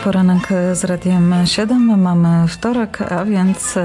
Poranek z Radiem 7. Mamy wtorek, a więc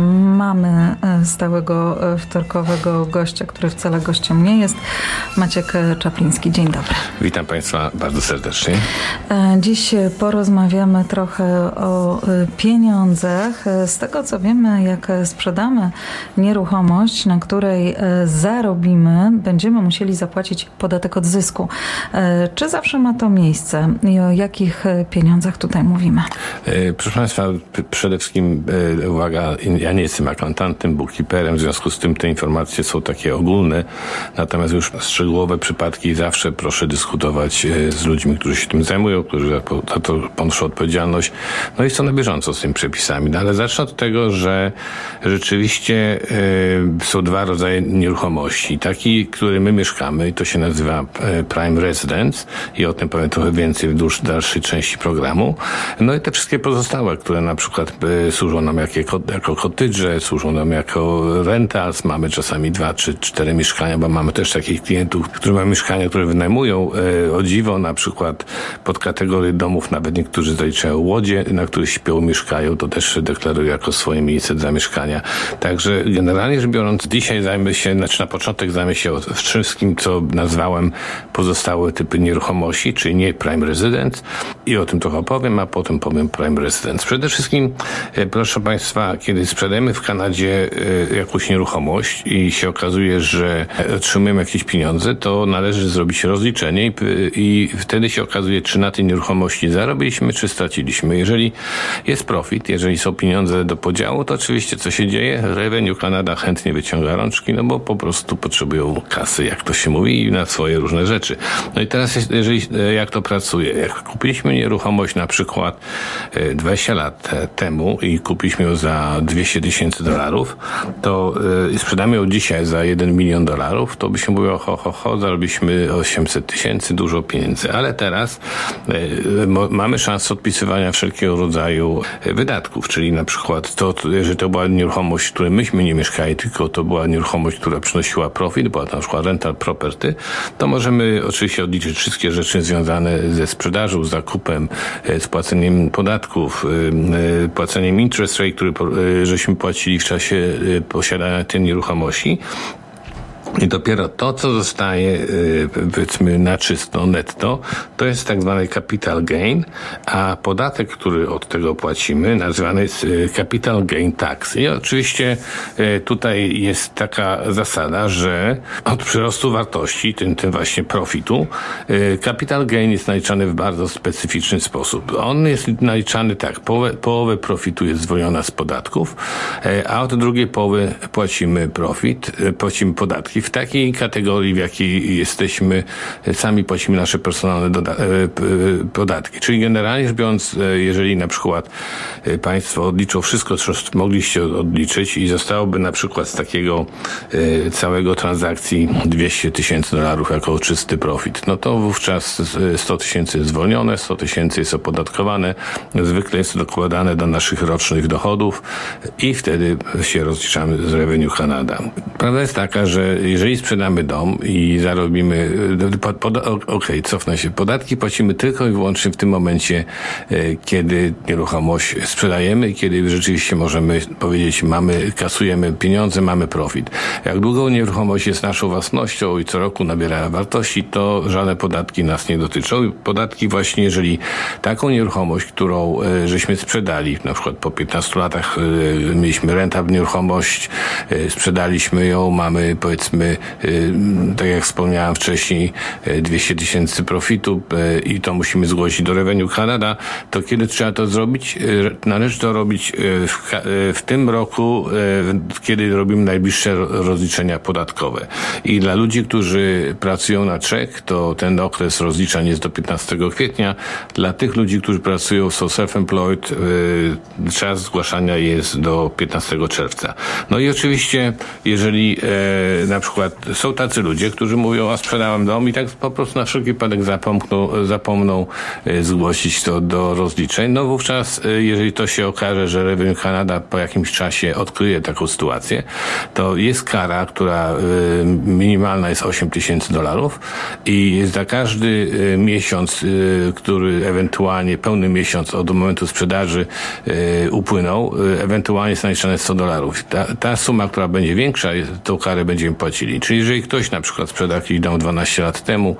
mamy stałego wtorkowego gościa, który wcale gościem nie jest. Maciek Czapliński. Dzień dobry. Witam Państwa bardzo serdecznie. Dziś porozmawiamy trochę o pieniądzach. Z tego co wiemy, jak sprzedamy nieruchomość, na której zarobimy, będziemy musieli zapłacić podatek od zysku. Czy zawsze ma to miejsce i o jakich pieniądzach tutaj mówimy? Proszę Państwa, przede wszystkim uwaga, ja nie jestem akantantem, bookkeeperem, w związku z tym te informacje są takie ogólne, natomiast już szczegółowe przypadki zawsze proszę dyskutować z ludźmi, którzy się tym zajmują, którzy za to ponoszą odpowiedzialność, no i są na bieżąco z tymi przepisami. No ale zacznę od tego, że rzeczywiście są dwa rodzaje nieruchomości. Taki, który my mieszkamy i to się nazywa Prime Residence i o tym powiem trochę więcej w dalszej części programu. No i te wszystkie pozostałe, które na przykład służą nam jako cottage'e, służą nam jako rentals, mamy czasami 2 czy 4 mieszkania, bo mamy też takich klientów, którzy mają mieszkania, które wynajmują. O dziwo na przykład pod kategorię domów nawet niektórzy zaliczają łodzie, na których śpią, mieszkają, to też deklarują jako swoje miejsce zamieszkania. Także generalnie rzecz biorąc, dzisiaj na początek zajmę się wszystkim, co nazwałem pozostałe typy nieruchomości, czyli nie Prime Residence i o tym trochę opowiem, a potem powiem Prime Residence. Przede wszystkim, proszę Państwa, kiedy sprzedajemy w Kanadzie jakąś nieruchomość i się okazuje, że otrzymujemy jakieś pieniądze, to należy zrobić rozliczenie i wtedy się okazuje, czy na tej nieruchomości zarobiliśmy, czy straciliśmy. Jeżeli jest profit, jeżeli są pieniądze do podziału, to oczywiście co się dzieje? Revenue Canada chętnie wyciąga rączki, no bo po prostu potrzebują kasy, jak to się mówi, i na swoje różne rzeczy. No i teraz, jak to pracuje? Jak kupiliśmy nieruchomość na przykład 20 lat temu i kupiliśmy ją za $200,000, to sprzedamy ją dzisiaj za $1 milion, to by się mówiło, zarobiliśmy 800,000, dużo pieniędzy. Ale teraz mamy szansę odpisywania wszelkiego rodzaju wydatków, czyli na przykład jeżeli to była nieruchomość, w której myśmy nie mieszkali, tylko to była nieruchomość, która przynosiła profit, była to na przykład rental property, to możemy oczywiście odliczyć wszystkie rzeczy związane ze sprzedażą, zakupem, z płaceniem podatków, płaceniem interest rate, który żeśmy płacili w czasie posiadania tej nieruchomości. I dopiero to, co zostaje, powiedzmy, na czysto, netto, to jest tak zwany capital gain, a podatek, który od tego płacimy, nazywany jest capital gain tax. I oczywiście tutaj jest taka zasada, że od przyrostu wartości, tym właśnie profitu, capital gain jest naliczany w bardzo specyficzny sposób. On jest naliczany tak, połowę profitu jest zwolniona z podatków, a od drugiej połowy płacimy podatki. W takiej kategorii, w jakiej jesteśmy, sami płacimy nasze personalne podatki. Czyli generalnie rzecz biorąc, jeżeli na przykład Państwo odliczą wszystko, co mogliście odliczyć i zostałoby na przykład z takiego całego transakcji $200,000 jako czysty profit, no to wówczas 100,000 jest zwolnione, 100,000 jest opodatkowane, zwykle jest to dokładane do naszych rocznych dochodów i wtedy się rozliczamy z Revenue Canada. Prawda jest taka, że jeżeli sprzedamy dom i zarobimy, cofnę się, podatki płacimy tylko i wyłącznie w tym momencie, kiedy nieruchomość sprzedajemy i kiedy rzeczywiście możemy powiedzieć, kasujemy pieniądze, mamy profit. Jak długo nieruchomość jest naszą własnością i co roku nabiera wartości, to żadne podatki nas nie dotyczą. Podatki właśnie, jeżeli taką nieruchomość, którą żeśmy sprzedali, na przykład po 15 latach mieliśmy rentowną nieruchomość, sprzedaliśmy ją, mamy powiedzmy, tak jak wspomniałem wcześniej, 200,000 profitu i to musimy zgłosić do Revenue Canada, to kiedy trzeba to zrobić? Należy to robić w tym roku, kiedy robimy najbliższe rozliczenia podatkowe. I dla ludzi, którzy pracują na czek, to ten okres rozliczeń jest do 15 kwietnia. Dla tych ludzi, którzy pracują, są self-employed, czas zgłaszania jest do 15 czerwca. No i oczywiście, jeżeli na przykład przykład są tacy ludzie, którzy mówią, a sprzedałem dom i tak po prostu na wszelki wypadek zapomną zgłosić to do rozliczeń. No wówczas, jeżeli to się okaże, że Revenue Canada po jakimś czasie odkryje taką sytuację, to jest kara, która minimalna jest $8,000 i za każdy miesiąc, który ewentualnie, pełny miesiąc od momentu sprzedaży upłynął, ewentualnie jest naliczane $100. Ta suma, która będzie większa, tą karę będziemy płacili. Czyli jeżeli ktoś na przykład sprzeda jakiś dom 12 lat temu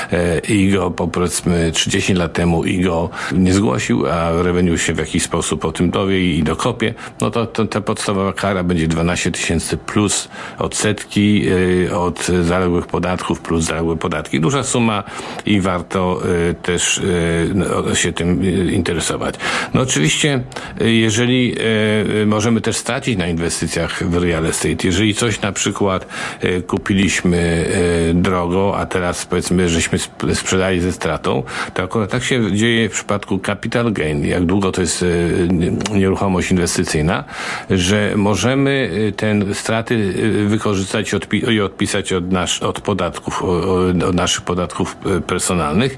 i go powiedzmy 30 lat temu i go nie zgłosił, a revenue się w jakiś sposób o tym dowie i dokopie, no to ta podstawowa kara będzie 12 000 plus odsetki od zaległych podatków plus zaległe podatki. Duża suma i warto też się tym interesować. No oczywiście, jeżeli możemy też stracić na inwestycjach w real estate, jeżeli coś na przykład kupiliśmy drogo, a teraz powiedzmy, żeśmy sprzedali ze stratą, to akurat tak się dzieje w przypadku capital gain, jak długo to jest nieruchomość inwestycyjna, że możemy ten straty wykorzystać i odpisać od podatków, od naszych podatków personalnych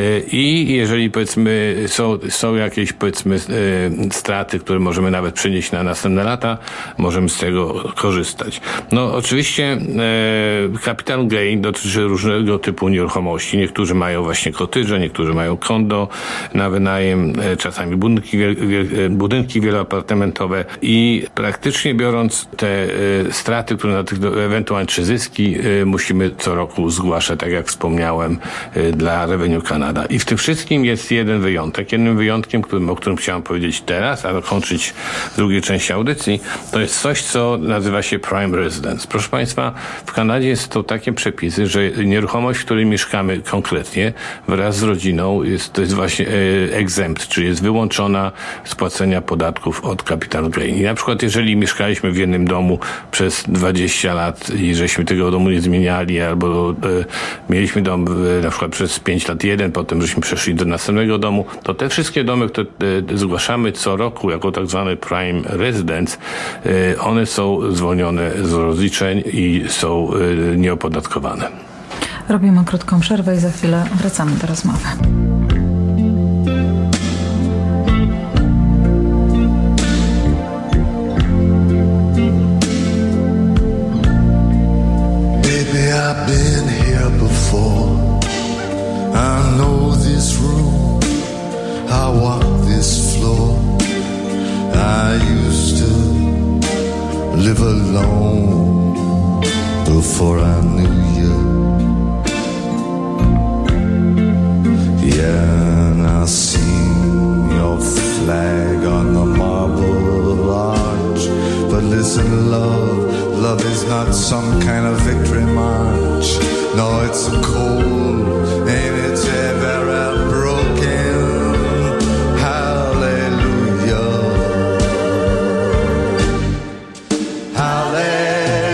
i jeżeli powiedzmy są jakieś powiedzmy straty, które możemy nawet przenieść na następne lata, możemy z tego korzystać. No oczywiście capital gain dotyczy różnego typu nieruchomości. Niektórzy mają właśnie cottage'e, niektórzy mają kondo na wynajem, czasami budynki wieloapartamentowe i praktycznie biorąc te straty, które na tych ewentualnie czy zyski musimy co roku zgłaszać, tak jak wspomniałem, dla Revenue Canada. I w tym wszystkim jest jeden wyjątek. Jednym wyjątkiem, o którym chciałem powiedzieć teraz, a dokończyć w drugiej części audycji, to jest coś, co nazywa się prime residence. Proszę Państwa, w Kanadzie są takie przepisy, że nieruchomość, w której mieszkamy konkretnie wraz z rodziną to jest właśnie exempt, czyli jest wyłączona z płacenia podatków od capital gain. I na przykład jeżeli mieszkaliśmy w jednym domu przez 20 lat i żeśmy tego domu nie zmieniali, albo mieliśmy dom na przykład przez 5 lat jeden, potem żeśmy przeszli do następnego domu, to te wszystkie domy, które zgłaszamy co roku jako tak zwany prime residence, one są zwolnione z rozliczeń i są nieopodatkowane. Robimy krótką przerwę i za chwilę wracamy do rozmowy. Baby, I've been here before. I know this room. I walk this floor. I used to live alone before I knew you. Yeah, and I seen your flag on the marble arch. But listen, love is not some kind of victory march. No, it's a cold, ain't it ever broken? Hallelujah. Hallelujah.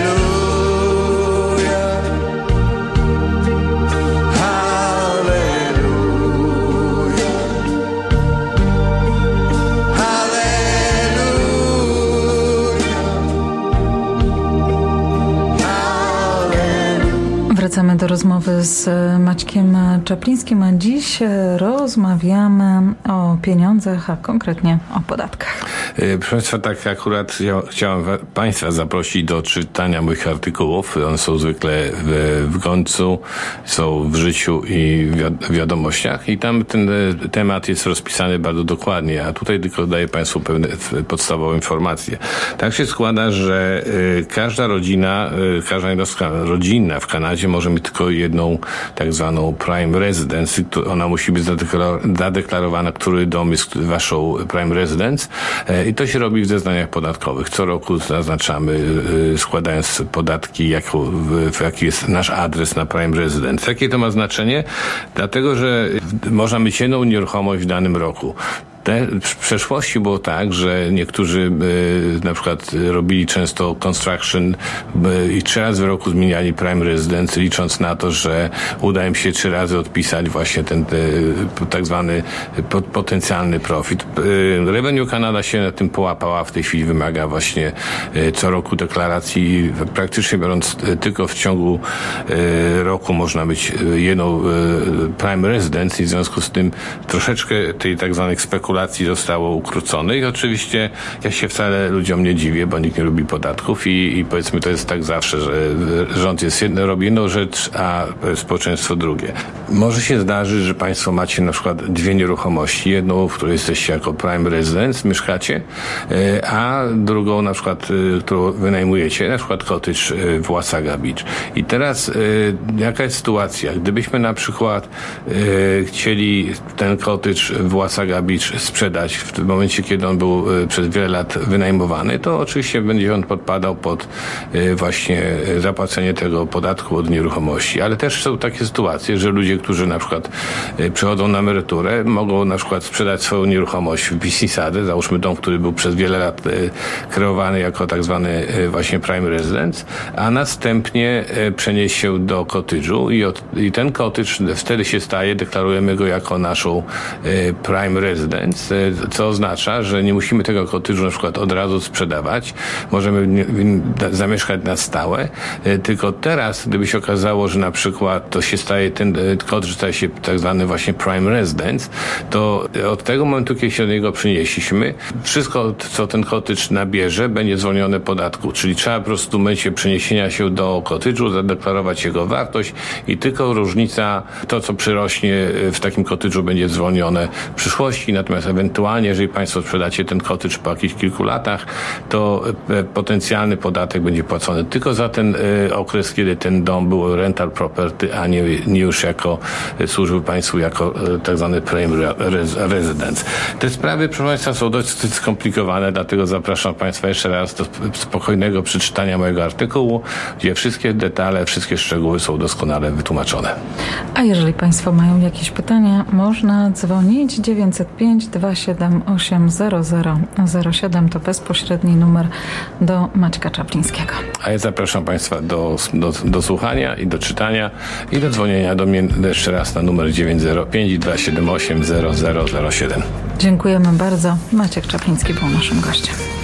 Wracamy do rozmowy z Maćkiem Czaplińskim, a dziś rozmawiamy o pieniądzach, a konkretnie o podatkach. Proszę Państwa, tak akurat chciałem Państwa zaprosić do czytania moich artykułów. One są zwykle w Gońcu, są w Życiu i w Wiadomościach i tam ten temat jest rozpisany bardzo dokładnie, a tutaj tylko daję Państwu pewne podstawowe informacje. Tak się składa, że każda rodzina, każda jednostka rodzinna w Kanadzie może mieć tylko jedną tak zwaną prime residence. Ona musi być zadeklarowana, który dom jest waszą prime residence i to się robi w zeznaniach podatkowych. Co roku zaznaczamy, składając podatki, jaki jest nasz adres na prime residence. Jakie to ma znaczenie? Dlatego, że można mieć jedną nieruchomość w danym roku. W przeszłości było tak, że niektórzy na przykład robili często construction i 3 razy w roku zmieniali prime residence, licząc na to, że uda im się 3 razy odpisać właśnie ten tak zwany potencjalny profit. Revenue Canada się na tym połapała, w tej chwili wymaga właśnie co roku deklaracji. Praktycznie biorąc, tylko w ciągu roku można być jedną prime residence i w związku z tym troszeczkę tej tak zwanych spekulacji zostało ukrócone i oczywiście ja się wcale ludziom nie dziwię, bo nikt nie lubi podatków i powiedzmy to jest tak zawsze, że rząd robi jedną rzecz, a społeczeństwo drugie. Może się zdarzyć, że państwo macie na przykład 2 nieruchomości, jedną, w której jesteście jako prime residence, mieszkacie, a drugą na przykład, którą wynajmujecie, na przykład cottage w Wasaga Beach. I teraz jaka jest sytuacja? Gdybyśmy na przykład chcieli ten cottage w Wasaga Beach sprzedać w tym momencie, kiedy on był przez wiele lat wynajmowany, to oczywiście będzie on podpadał pod właśnie zapłacenie tego podatku od nieruchomości. Ale też są takie sytuacje, że ludzie, którzy na przykład przychodzą na emeryturę, mogą na przykład sprzedać swoją nieruchomość w Mississauga, załóżmy dom, który był przez wiele lat kreowany jako tak zwany właśnie prime residence, a następnie przenieść się do cottage'u i ten cottage wtedy się staje, deklarujemy go jako naszą prime residence, co oznacza, że nie musimy tego cottage'u na przykład od razu sprzedawać, możemy zamieszkać na stałe, tylko teraz, gdyby się okazało, że na przykład to się staje, ten cottage staje się tak zwany właśnie prime residence, to od tego momentu, kiedy się do niego przenieśliśmy, wszystko, co ten cottage nabierze, będzie zwolnione podatku, czyli trzeba po prostu w momencie przeniesienia się do cottage'u zadeklarować jego wartość i tylko różnica, to co przyrośnie w takim cottage'u będzie zwolnione w przyszłości, natomiast ewentualnie, jeżeli państwo sprzedacie ten cottage po jakichś kilku latach, to potencjalny podatek będzie płacony tylko za ten okres, kiedy ten dom był rental property, a nie już jako służył państwu jako tak zwany prime residence. Te sprawy, proszę państwa, są dość skomplikowane, dlatego zapraszam państwa jeszcze raz do spokojnego przeczytania mojego artykułu, gdzie wszystkie detale, wszystkie szczegóły są doskonale wytłumaczone. A jeżeli państwo mają jakieś pytania, można dzwonić 905 278 0007, to bezpośredni numer do Maćka Czaplińskiego. A ja zapraszam państwa do słuchania i do czytania i do dzwonienia do mnie jeszcze raz na numer 905 278 0007. Dziękujemy bardzo. Maciek Czapliński był naszym gościem.